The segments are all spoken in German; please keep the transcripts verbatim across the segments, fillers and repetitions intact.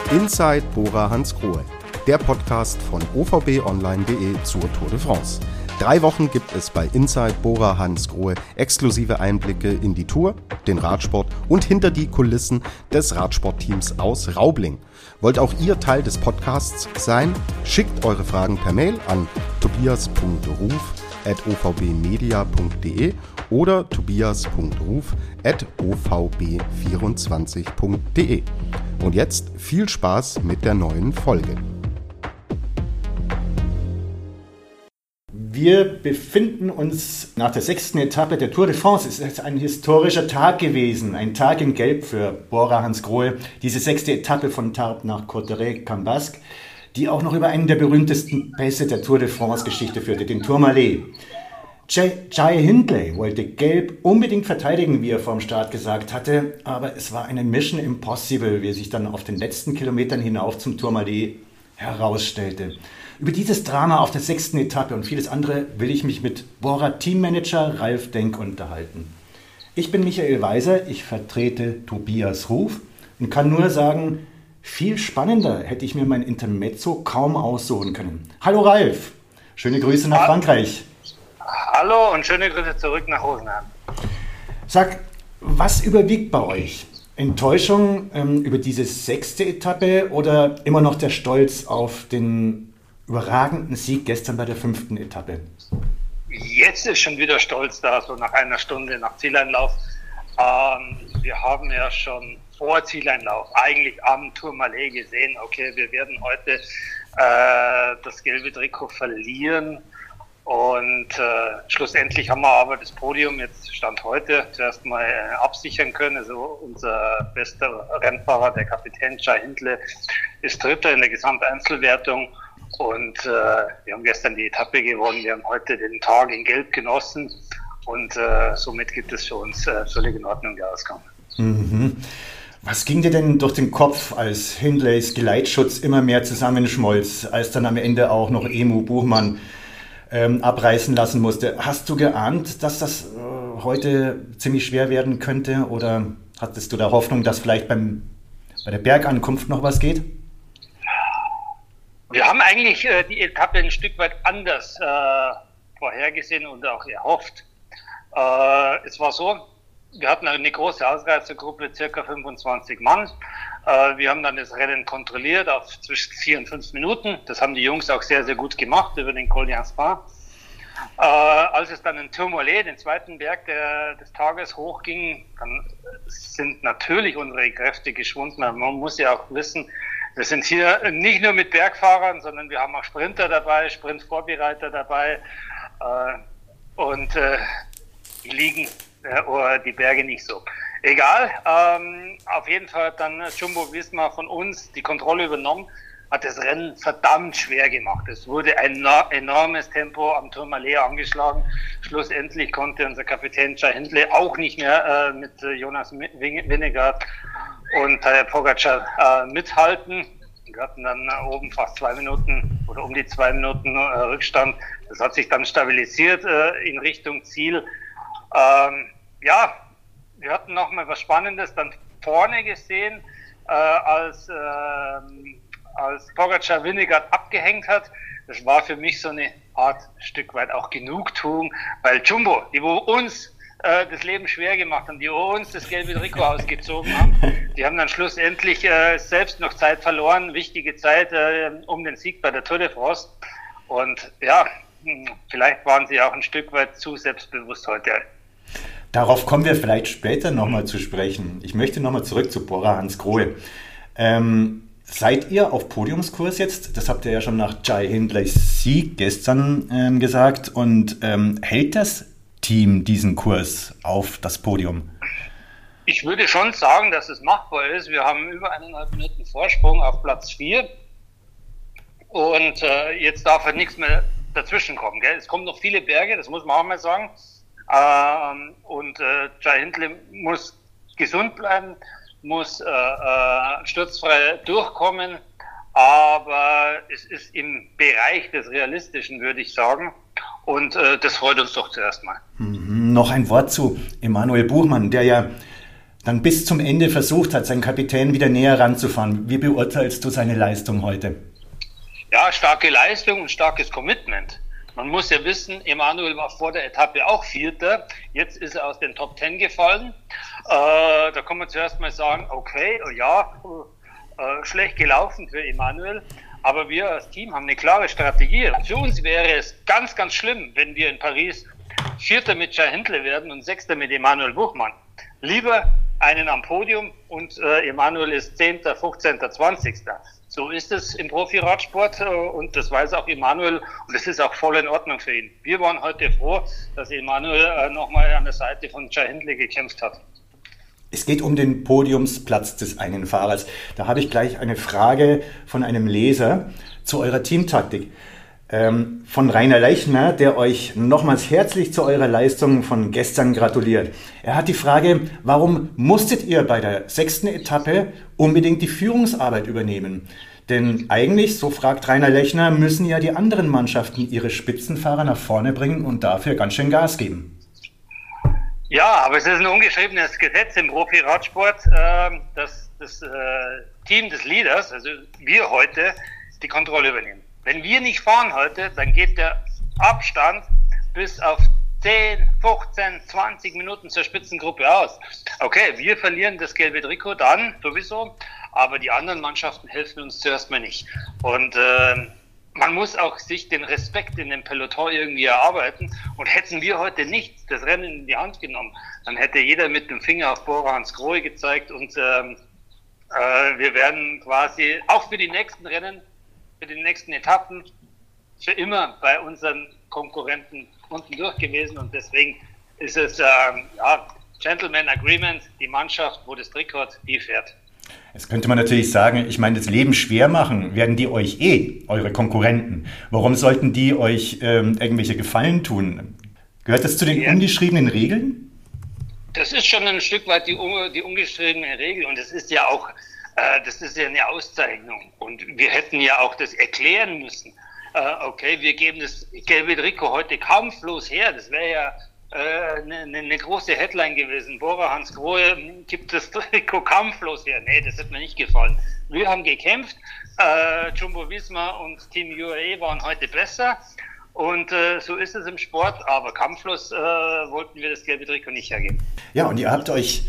Inside Bora Hansgrohe, der Podcast von o v b online punkt de zur Tour de France. Drei Wochen gibt es bei Inside Bora Hansgrohe exklusive Einblicke in die Tour, den Radsport und hinter die Kulissen des Radsportteams aus Raubling. Wollt auch ihr Teil des Podcasts sein? Schickt eure Fragen per Mail an tobias punkt ruf at o v b media punkt de oder tobias punkt ruf at o v b vierundzwanzig punkt de. Und jetzt viel Spaß mit der neuen Folge. Wir befinden uns nach der sechsten Etappe der Tour de France. Es ist ein historischer Tag gewesen, ein Tag in Gelb für Bora Hansgrohe. Diese sechste Etappe von Tarbes nach Cauterets-Cambasque, die auch noch über einen der berühmtesten Pässe der Tour de France-Geschichte führte, den Tourmalet. Jai Hindley wollte Gelb unbedingt verteidigen, wie er vor dem Start gesagt hatte, aber es war eine Mission impossible, wie er sich dann auf den letzten Kilometern hinauf zum Tourmalet herausstellte. Über dieses Drama auf der sechsten Etappe und vieles andere will ich mich mit Bora-Teammanager Ralf Denk unterhalten. Ich bin Michael Weiser, ich vertrete Tobias Ruf und kann nur sagen, viel spannender hätte ich mir mein Intermezzo kaum aussuchen können. Hallo Ralf, schöne Grüße nach Frankreich. Hallo und schöne Grüße zurück nach Rosenheim. Sag, was überwiegt bei euch? Enttäuschung ähm, über diese sechste Etappe oder immer noch der Stolz auf den überragenden Sieg gestern bei der fünften Etappe? Jetzt ist schon wieder Stolz da, so nach einer Stunde nach Zieleinlauf. Ähm, wir haben ja schon vor Zieleinlauf eigentlich am Tourmalet gesehen, okay, wir werden heute äh, das gelbe Trikot verlieren. Und äh, schlussendlich haben wir aber das Podium jetzt Stand heute zuerst mal äh, absichern können. Also unser bester Rennfahrer, der Kapitän Jai Hindley, ist Dritter in der Gesamteinzelwertung. Und äh, wir haben gestern die Etappe gewonnen. Wir haben heute den Tag in Gelb genossen. Und äh, somit gibt es für uns äh, völlig in Ordnung der Ausgang. Mhm. Was ging dir denn durch den Kopf, als Hindleys Geleitschutz immer mehr zusammenschmolz, als dann am Ende auch noch Emu Buchmann Ähm, abreißen lassen musste? Hast du geahnt, dass das äh, heute ziemlich schwer werden könnte oder hattest du da Hoffnung, dass vielleicht beim, bei der Bergankunft noch was geht? Wir haben eigentlich äh, die Etappe ein Stück weit anders äh, vorhergesehen und auch erhofft. Äh, es war so, wir hatten eine große Ausreißergruppe, circa fünfundzwanzig Mann. Äh, wir haben dann das Rennen kontrolliert auf zwischen vier und fünf Minuten. Das haben die Jungs auch sehr, sehr gut gemacht über den Col d'Aspin. Äh, als es dann in Tourmalet, den zweiten Berg der, des Tages, hochging, dann sind natürlich unsere Kräfte geschwunden. Man muss ja auch wissen, wir sind hier nicht nur mit Bergfahrern, sondern wir haben auch Sprinter dabei, Sprintvorbereiter dabei. Äh, und äh, die liegen äh, oder die Berge nicht so. Egal, ähm, auf jeden Fall hat dann Jumbo Visma von uns die Kontrolle übernommen, hat das Rennen verdammt schwer gemacht. Es wurde ein enormes Tempo am Tourmalet angeschlagen. Schlussendlich konnte unser Kapitän Jai Hindley auch nicht mehr äh, mit äh, Jonas Vingegaard und Tadej Pogačar äh, mithalten. Wir hatten dann äh, oben fast zwei Minuten oder um die zwei Minuten äh, Rückstand. Das hat sich dann stabilisiert äh, in Richtung Ziel. Ähm, ja, wir hatten noch mal was Spannendes dann vorne gesehen, äh, als, äh, als Pogačar Vingegaard abgehängt hat. Das war für mich so eine Art Stück weit auch Genugtuung, weil Jumbo, die wo uns äh, das Leben schwer gemacht haben, die wo uns das gelbe Trikot ausgezogen haben, die haben dann schlussendlich äh, selbst noch Zeit verloren, wichtige Zeit äh, um den Sieg bei der Tour de France. Und ja, vielleicht waren sie auch ein Stück weit zu selbstbewusst heute. Darauf kommen wir vielleicht später nochmal zu sprechen. Ich möchte nochmal zurück zu Bora Hansgrohe. Ähm, seid ihr auf Podiumskurs jetzt? Das habt ihr ja schon nach Jai Hindleys Sieg gestern ähm, gesagt. Und ähm, hält das Team diesen Kurs auf das Podium? Ich würde schon sagen, dass es machbar ist. Wir haben über eineinhalb Minuten Vorsprung auf Platz vier. Und äh, jetzt darf halt nichts mehr dazwischen kommen. Gell? Es kommen noch viele Berge, das muss man auch mal sagen. Ähm, und äh, Jai Hindley muss gesund bleiben, muss äh, äh, sturzfrei durchkommen, aber es ist im Bereich des Realistischen, würde ich sagen, und äh, das freut uns doch zuerst mal. Mhm. Noch ein Wort zu Emanuel Buchmann, der ja dann bis zum Ende versucht hat, seinen Kapitän wieder näher ranzufahren. Wie beurteilst du seine Leistung heute? Ja, starke Leistung und starkes Commitment. Man muss ja wissen, Emanuel war vor der Etappe auch Vierter. Jetzt ist er aus den Top Ten gefallen. Äh, da kann man zuerst mal sagen, okay, ja, äh, schlecht gelaufen für Emanuel. Aber wir als Team haben eine klare Strategie. Für uns wäre es ganz, ganz schlimm, wenn wir in Paris Vierter mit Jai Hindley werden und Sechster mit Emanuel Buchmann. Lieber einen am Podium und äh, Emanuel ist Zehnter, Fünfzehnter, Zwanzigster. So ist es im Profi-Radsport äh, und das weiß auch Emanuel und das ist auch voll in Ordnung für ihn. Wir waren heute froh, dass Emanuel äh, nochmal an der Seite von Jai Hindley gekämpft hat. Es geht um den Podiumsplatz des einen Fahrers. Da habe ich gleich eine Frage von einem Leser zu eurer Teamtaktik. Ähm, von Rainer Lechner, der euch nochmals herzlich zu eurer Leistung von gestern gratuliert. Er hat die Frage, warum musstet ihr bei der sechsten Etappe unbedingt die Führungsarbeit übernehmen? Denn eigentlich, so fragt Rainer Lechner, müssen ja die anderen Mannschaften ihre Spitzenfahrer nach vorne bringen und dafür ganz schön Gas geben. Ja, aber es ist ein ungeschriebenes Gesetz im Profi-Radsport, äh, dass das äh, Team des Leaders, also wir heute, die Kontrolle übernehmen. Wenn wir nicht fahren heute, dann geht der Abstand bis auf zehn, fünfzehn, zwanzig Minuten zur Spitzengruppe aus. Okay, wir verlieren das gelbe Trikot dann sowieso, aber die anderen Mannschaften helfen uns zuerst mal nicht. Und äh, man muss auch sich den Respekt in dem Peloton irgendwie erarbeiten. Und hätten wir heute nicht das Rennen in die Hand genommen, dann hätte jeder mit dem Finger auf Bora Hansgrohe gezeigt und ähm, äh, wir wären quasi auch für die nächsten Rennen, für die nächsten Etappen für immer bei unseren Konkurrenten unten durch gewesen. Und deswegen ist es ähm, ja, Gentleman Agreement, die Mannschaft, wo das Trikot hat, die fährt. Jetzt könnte man natürlich sagen, ich meine, das Leben schwer machen, werden die euch eh, eure Konkurrenten. Warum sollten die euch ähm, irgendwelche Gefallen tun? Gehört das zu den ja. ungeschriebenen Regeln? Das ist schon ein Stück weit die, die ungeschriebene Regel und es ist ja auch, äh, das ist ja eine Auszeichnung und wir hätten ja auch das erklären müssen. Äh, okay, wir geben das gelbe Trikot heute kampflos her, das wäre ja eine, eine große Headline gewesen. Bora Hansgrohe gibt das Trikot kampflos her. Nee, das hat mir nicht gefallen. Wir haben gekämpft. Äh, Jumbo Visma und Team U A E waren heute besser. Und äh, so ist es im Sport. Aber kampflos äh, wollten wir das gelbe Trikot nicht hergeben. Ja, und ihr habt euch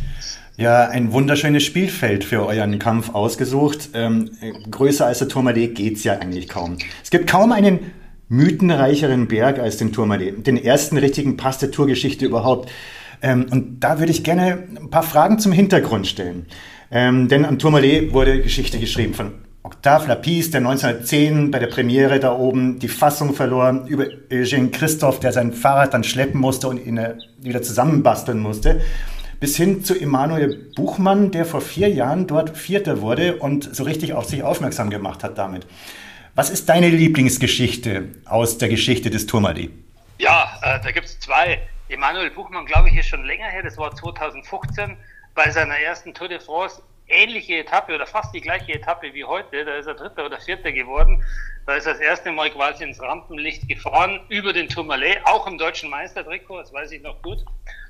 ja ein wunderschönes Spielfeld für euren Kampf ausgesucht. Ähm, größer als der Tourmalet geht's ja eigentlich kaum. Es gibt kaum einen mythenreicheren Berg als den Tourmalet, den ersten richtigen Pass der Tourgeschichte überhaupt. Ähm, und da würde ich gerne ein paar Fragen zum Hintergrund stellen. Ähm, denn am Tourmalet wurde Geschichte geschrieben von Octave Lapisse, der neunzehnhundertzehn bei der Premiere da oben die Fassung verlor, über Eugène Christophe, der sein Fahrrad dann schleppen musste und ihn wieder zusammenbasteln musste, bis hin zu Emanuel Buchmann, der vor vier Jahren dort Vierter wurde und so richtig auf sich aufmerksam gemacht hat damit. Was ist deine Lieblingsgeschichte aus der Geschichte des Tourmalet? Ja, äh, da gibt es zwei. Emanuel Buchmann, glaube ich, ist schon länger her. Das war zweitausendfünfzehn bei seiner ersten Tour de France. Ähnliche Etappe oder fast die gleiche Etappe wie heute. Da ist er Dritter oder Vierter geworden. Da ist er das erste Mal quasi ins Rampenlicht gefahren über den Tourmalet, auch im deutschen Meistertrikot, das weiß ich noch gut.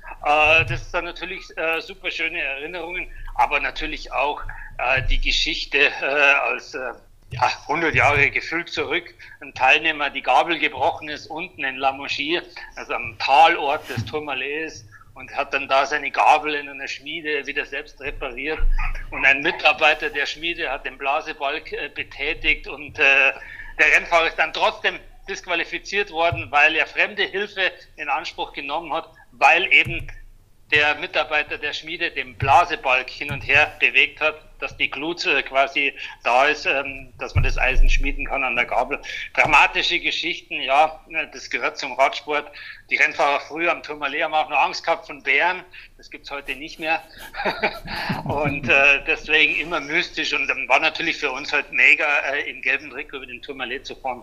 Äh, das ist dann natürlich äh, super schöne Erinnerungen, aber natürlich auch äh, die Geschichte äh, als äh, ja, hundert Jahre gefüllt zurück, ein Teilnehmer, die Gabel gebrochen ist, unten in La Mochie, also am Talort des Tourmalets, und hat dann da seine Gabel in einer Schmiede wieder selbst repariert. Und ein Mitarbeiter der Schmiede hat den Blasebalg äh, betätigt und äh, der Rennfahrer ist dann trotzdem disqualifiziert worden, weil er fremde Hilfe in Anspruch genommen hat, weil eben der Mitarbeiter der Schmiede den Blasebalg hin und her bewegt hat, dass die Glut äh, quasi da ist, ähm, dass man das Eisen schmieden kann an der Gabel. Dramatische Geschichten, ja, das gehört zum Radsport. Die Rennfahrer früher am Tourmalet haben auch noch Angst gehabt von Bären, das gibt's heute nicht mehr. Und äh, deswegen immer mystisch und dann war natürlich für uns halt mega, äh, im gelben Trikot über den Tourmalet zu fahren.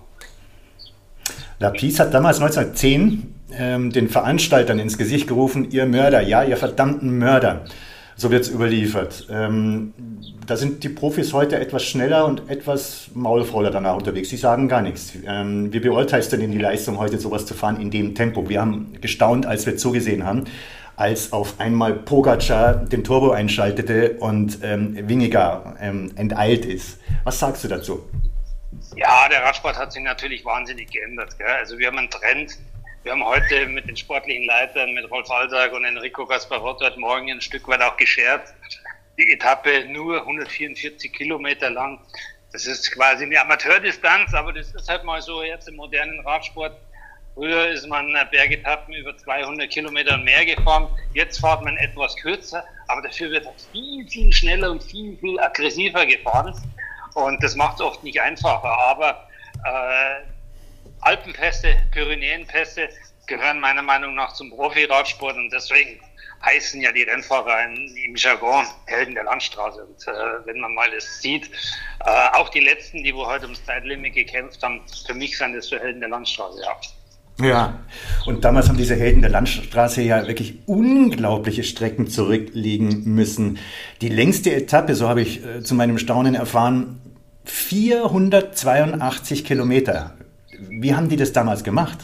Lapisse hat damals neunzehnhundertzehn ähm, den Veranstaltern ins Gesicht gerufen, ihr Mörder, ja, ihr verdammten Mörder. So wird es überliefert. Ähm, da sind die Profis heute etwas schneller und etwas maulvoller danach unterwegs. Sie sagen gar nichts. Ähm, wie beurteilst du denn die Leistung, heute sowas zu fahren in dem Tempo? Wir haben gestaunt, als wir zugesehen haben. als auf einmal Pogačar den Turbo einschaltete und ähm, Vingegaard ähm, enteilt ist. Was sagst du dazu? Ja, der Radsport hat sich natürlich wahnsinnig geändert. Gell? Also wir haben einen Trend. Wir haben heute mit den sportlichen Leitern, mit Rolf Aldag und Enrico Gasparotto heute Morgen ein Stück weit auch gescherzt. Die Etappe nur hundertvierundvierzig Kilometer lang. Das ist quasi eine Amateurdistanz, aber das ist halt mal so jetzt im modernen Radsport. Früher ist man Bergetappen über zweihundert Kilometer und mehr gefahren. Jetzt fährt man etwas kürzer, aber dafür wird viel, viel schneller und viel, viel aggressiver gefahren. Und das macht es oft nicht einfacher. Aber äh, Alpenpässe, Pyrenäenpässe gehören meiner Meinung nach zum Profi-Radsport und deswegen heißen ja die Rennfahrer im Jargon Helden der Landstraße. Und äh, wenn man mal das sieht, äh, auch die letzten, die wo heute ums Zeitlimit gekämpft haben, für mich sind das so Helden der Landstraße, ja. Ja, und damals haben diese Helden der Landstraße ja wirklich unglaubliche Strecken zurücklegen müssen. Die längste Etappe, so habe ich äh, zu meinem Staunen erfahren, vierhundertzweiundachtzig Kilometer. Wie haben die das damals gemacht?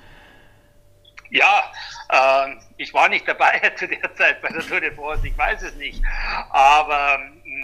Ja, äh, ich war nicht dabei zu der Zeit bei der Tour de France, ich weiß es nicht. Aber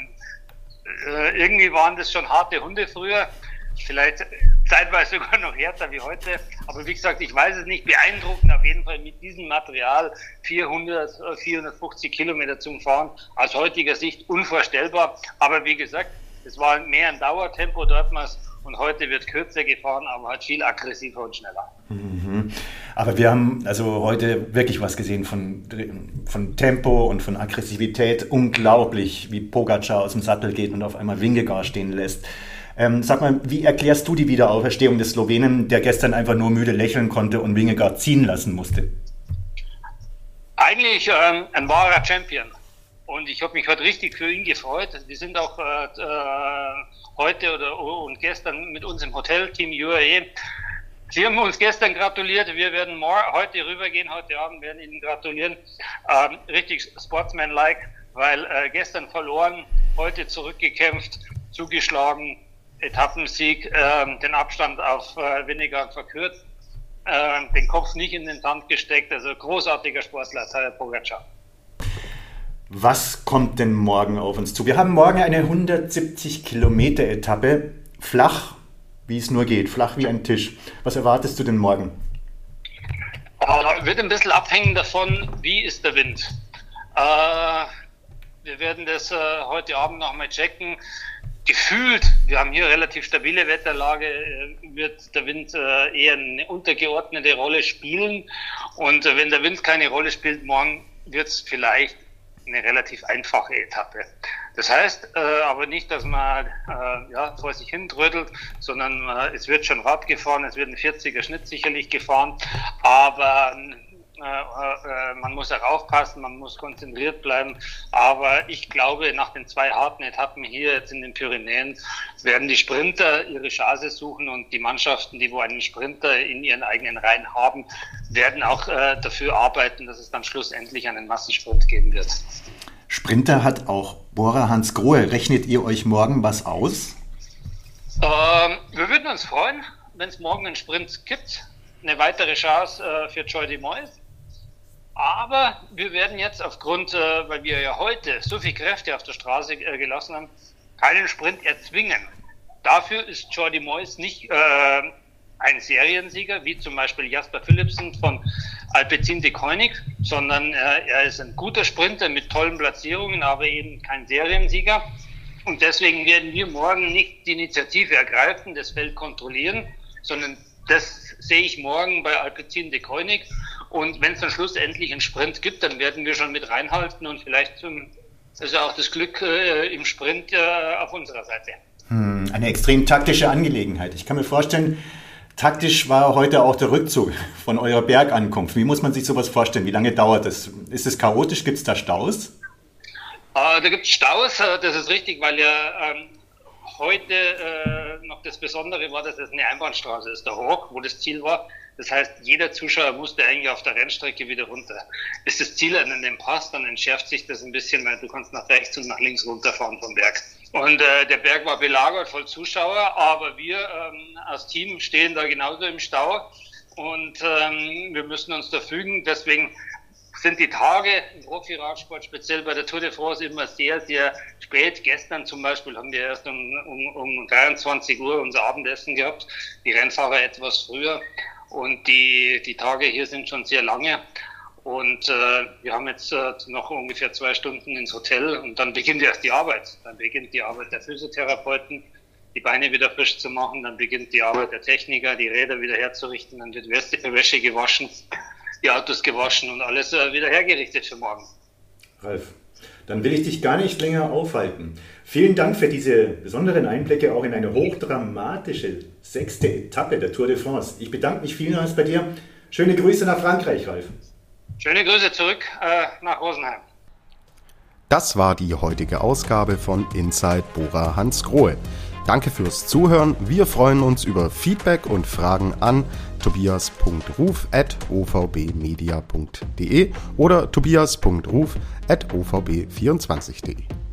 äh, irgendwie waren das schon harte Hunde früher. Vielleicht zeitweise sogar noch härter wie heute. Aber wie gesagt, ich weiß es nicht. Beeindruckend auf jeden Fall mit diesem Material vierhundert, vierhundertfünfzig Kilometer zum Fahren. Aus heutiger Sicht unvorstellbar. Aber wie gesagt, es war mehr ein Dauertempo dortmals und heute wird kürzer gefahren, aber halt viel aggressiver und schneller. Mhm. Aber wir haben also heute wirklich was gesehen von, von Tempo und von Aggressivität. Unglaublich, wie Pogačar aus dem Sattel geht und auf einmal Vingegaard stehen lässt. Ähm, sag mal, wie erklärst du die Wiederauferstehung des Slowenen, der gestern einfach nur müde lächeln konnte und Vingegaard ziehen lassen musste? Eigentlich ähm, ein wahrer Champion. Und ich habe mich heute richtig für ihn gefreut. Wir sind auch äh, heute oder und gestern mit uns im Hotelteam U A E. Sie haben uns gestern gratuliert. Wir werden morgen, heute rübergehen, heute Abend werden Ihnen gratulieren. Ähm, richtig sportsmanlike, weil äh, gestern verloren, heute zurückgekämpft, zugeschlagen. Etappensieg, äh, den Abstand auf äh, Vingegaard verkürzt, äh, den Kopf nicht in den Sand gesteckt, also großartiger Sportler, Tadej Pogačar. Was kommt denn morgen auf uns zu? Wir haben morgen eine hundertsiebzig Kilometer Etappe, flach, wie es nur geht, flach wie ein Tisch. Was erwartest du denn morgen? Äh, wird ein bisschen abhängen davon, wie ist der Wind. Äh, wir werden das äh, heute Abend nochmal checken. Gefühlt, wir haben hier relativ stabile Wetterlage, wird der Wind eher eine untergeordnete Rolle spielen. Und wenn der Wind keine Rolle spielt, morgen wird es vielleicht eine relativ einfache Etappe. Das heißt äh, aber nicht, dass man äh, ja, vor sich hin trödelt, sondern äh, es wird schon Rad gefahren, es wird ein vierziger Schnitt sicherlich gefahren, aber Äh, äh, man muss auch aufpassen, man muss konzentriert bleiben, aber ich glaube, nach den zwei harten Etappen hier jetzt in den Pyrenäen werden die Sprinter ihre Chance suchen und die Mannschaften, die wo einen Sprinter in ihren eigenen Reihen haben, werden auch äh, dafür arbeiten, dass es dann schlussendlich einen Massensprint geben wird. Sprinter hat auch Bora Hansgrohe. Rechnet ihr euch morgen was aus? Ähm, wir würden uns freuen, wenn es morgen einen Sprint gibt. Eine weitere Chance äh, für Jordi Meus. Aber wir werden jetzt aufgrund, äh, weil wir ja heute so viel Kräfte auf der Straße äh, gelassen haben, keinen Sprint erzwingen. Dafür ist Jordi Meus nicht äh, ein Seriensieger, wie zum Beispiel Jasper Philipsen von Alpecin Deceuninck, sondern äh, er ist ein guter Sprinter mit tollen Platzierungen, aber eben kein Seriensieger. Und deswegen werden wir morgen nicht die Initiative ergreifen, das Feld kontrollieren, sondern das sehe ich morgen bei Alpecin Deceuninck. Und wenn es dann schlussendlich einen Sprint gibt, dann werden wir schon mit reinhalten und vielleicht zum, also auch das Glück äh, im Sprint äh, auf unserer Seite. Hm, eine extrem taktische Angelegenheit. Ich kann mir vorstellen, taktisch war heute auch der Rückzug von eurer Bergankunft. Wie muss man sich sowas vorstellen? Wie lange dauert das? Ist es chaotisch? Gibt es da Staus? Äh, da gibt es Staus, äh, das ist richtig, weil ja ähm, heute äh, noch das Besondere war, dass es eine Einbahnstraße ist, der Hoch, wo das Ziel war. Das heißt, jeder Zuschauer musste eigentlich auf der Rennstrecke wieder runter. Bis das Ziel an dem passt, dann entschärft sich das ein bisschen, weil du kannst nach rechts und nach links runterfahren vom Berg. Und äh, der Berg war belagert voll Zuschauer, aber wir ähm, als Team stehen da genauso im Stau und ähm, wir müssen uns da fügen. Deswegen sind die Tage im Profi-Radsport, speziell bei der Tour de France, immer sehr, sehr spät. Gestern zum Beispiel haben wir erst um, um, um dreiundzwanzig Uhr unser Abendessen gehabt, die Rennfahrer etwas früher. Und die, die Tage hier sind schon sehr lange. Und äh, wir haben jetzt äh, noch ungefähr zwei Stunden ins Hotel und dann beginnt erst die Arbeit. Dann beginnt die Arbeit der Physiotherapeuten, die Beine wieder frisch zu machen. Dann beginnt die Arbeit der Techniker, die Räder wieder herzurichten. Dann wird Wäsche gewaschen, die Autos gewaschen und alles äh, wieder hergerichtet für morgen. Ralf, dann will ich dich gar nicht länger aufhalten. Vielen Dank für diese besonderen Einblicke auch in eine hochdramatische sechste Etappe der Tour de France. Ich bedanke mich vielmals bei dir. Schöne Grüße nach Frankreich, Ralf. Schöne Grüße zurück äh, nach Rosenheim. Das war die heutige Ausgabe von Inside Bora-Hansgrohe. Danke fürs Zuhören. Wir freuen uns über Feedback und Fragen an tobias punkt ruf at o v b media punkt d e oder tobias punkt ruf at o v b vierundzwanzig punkt d e.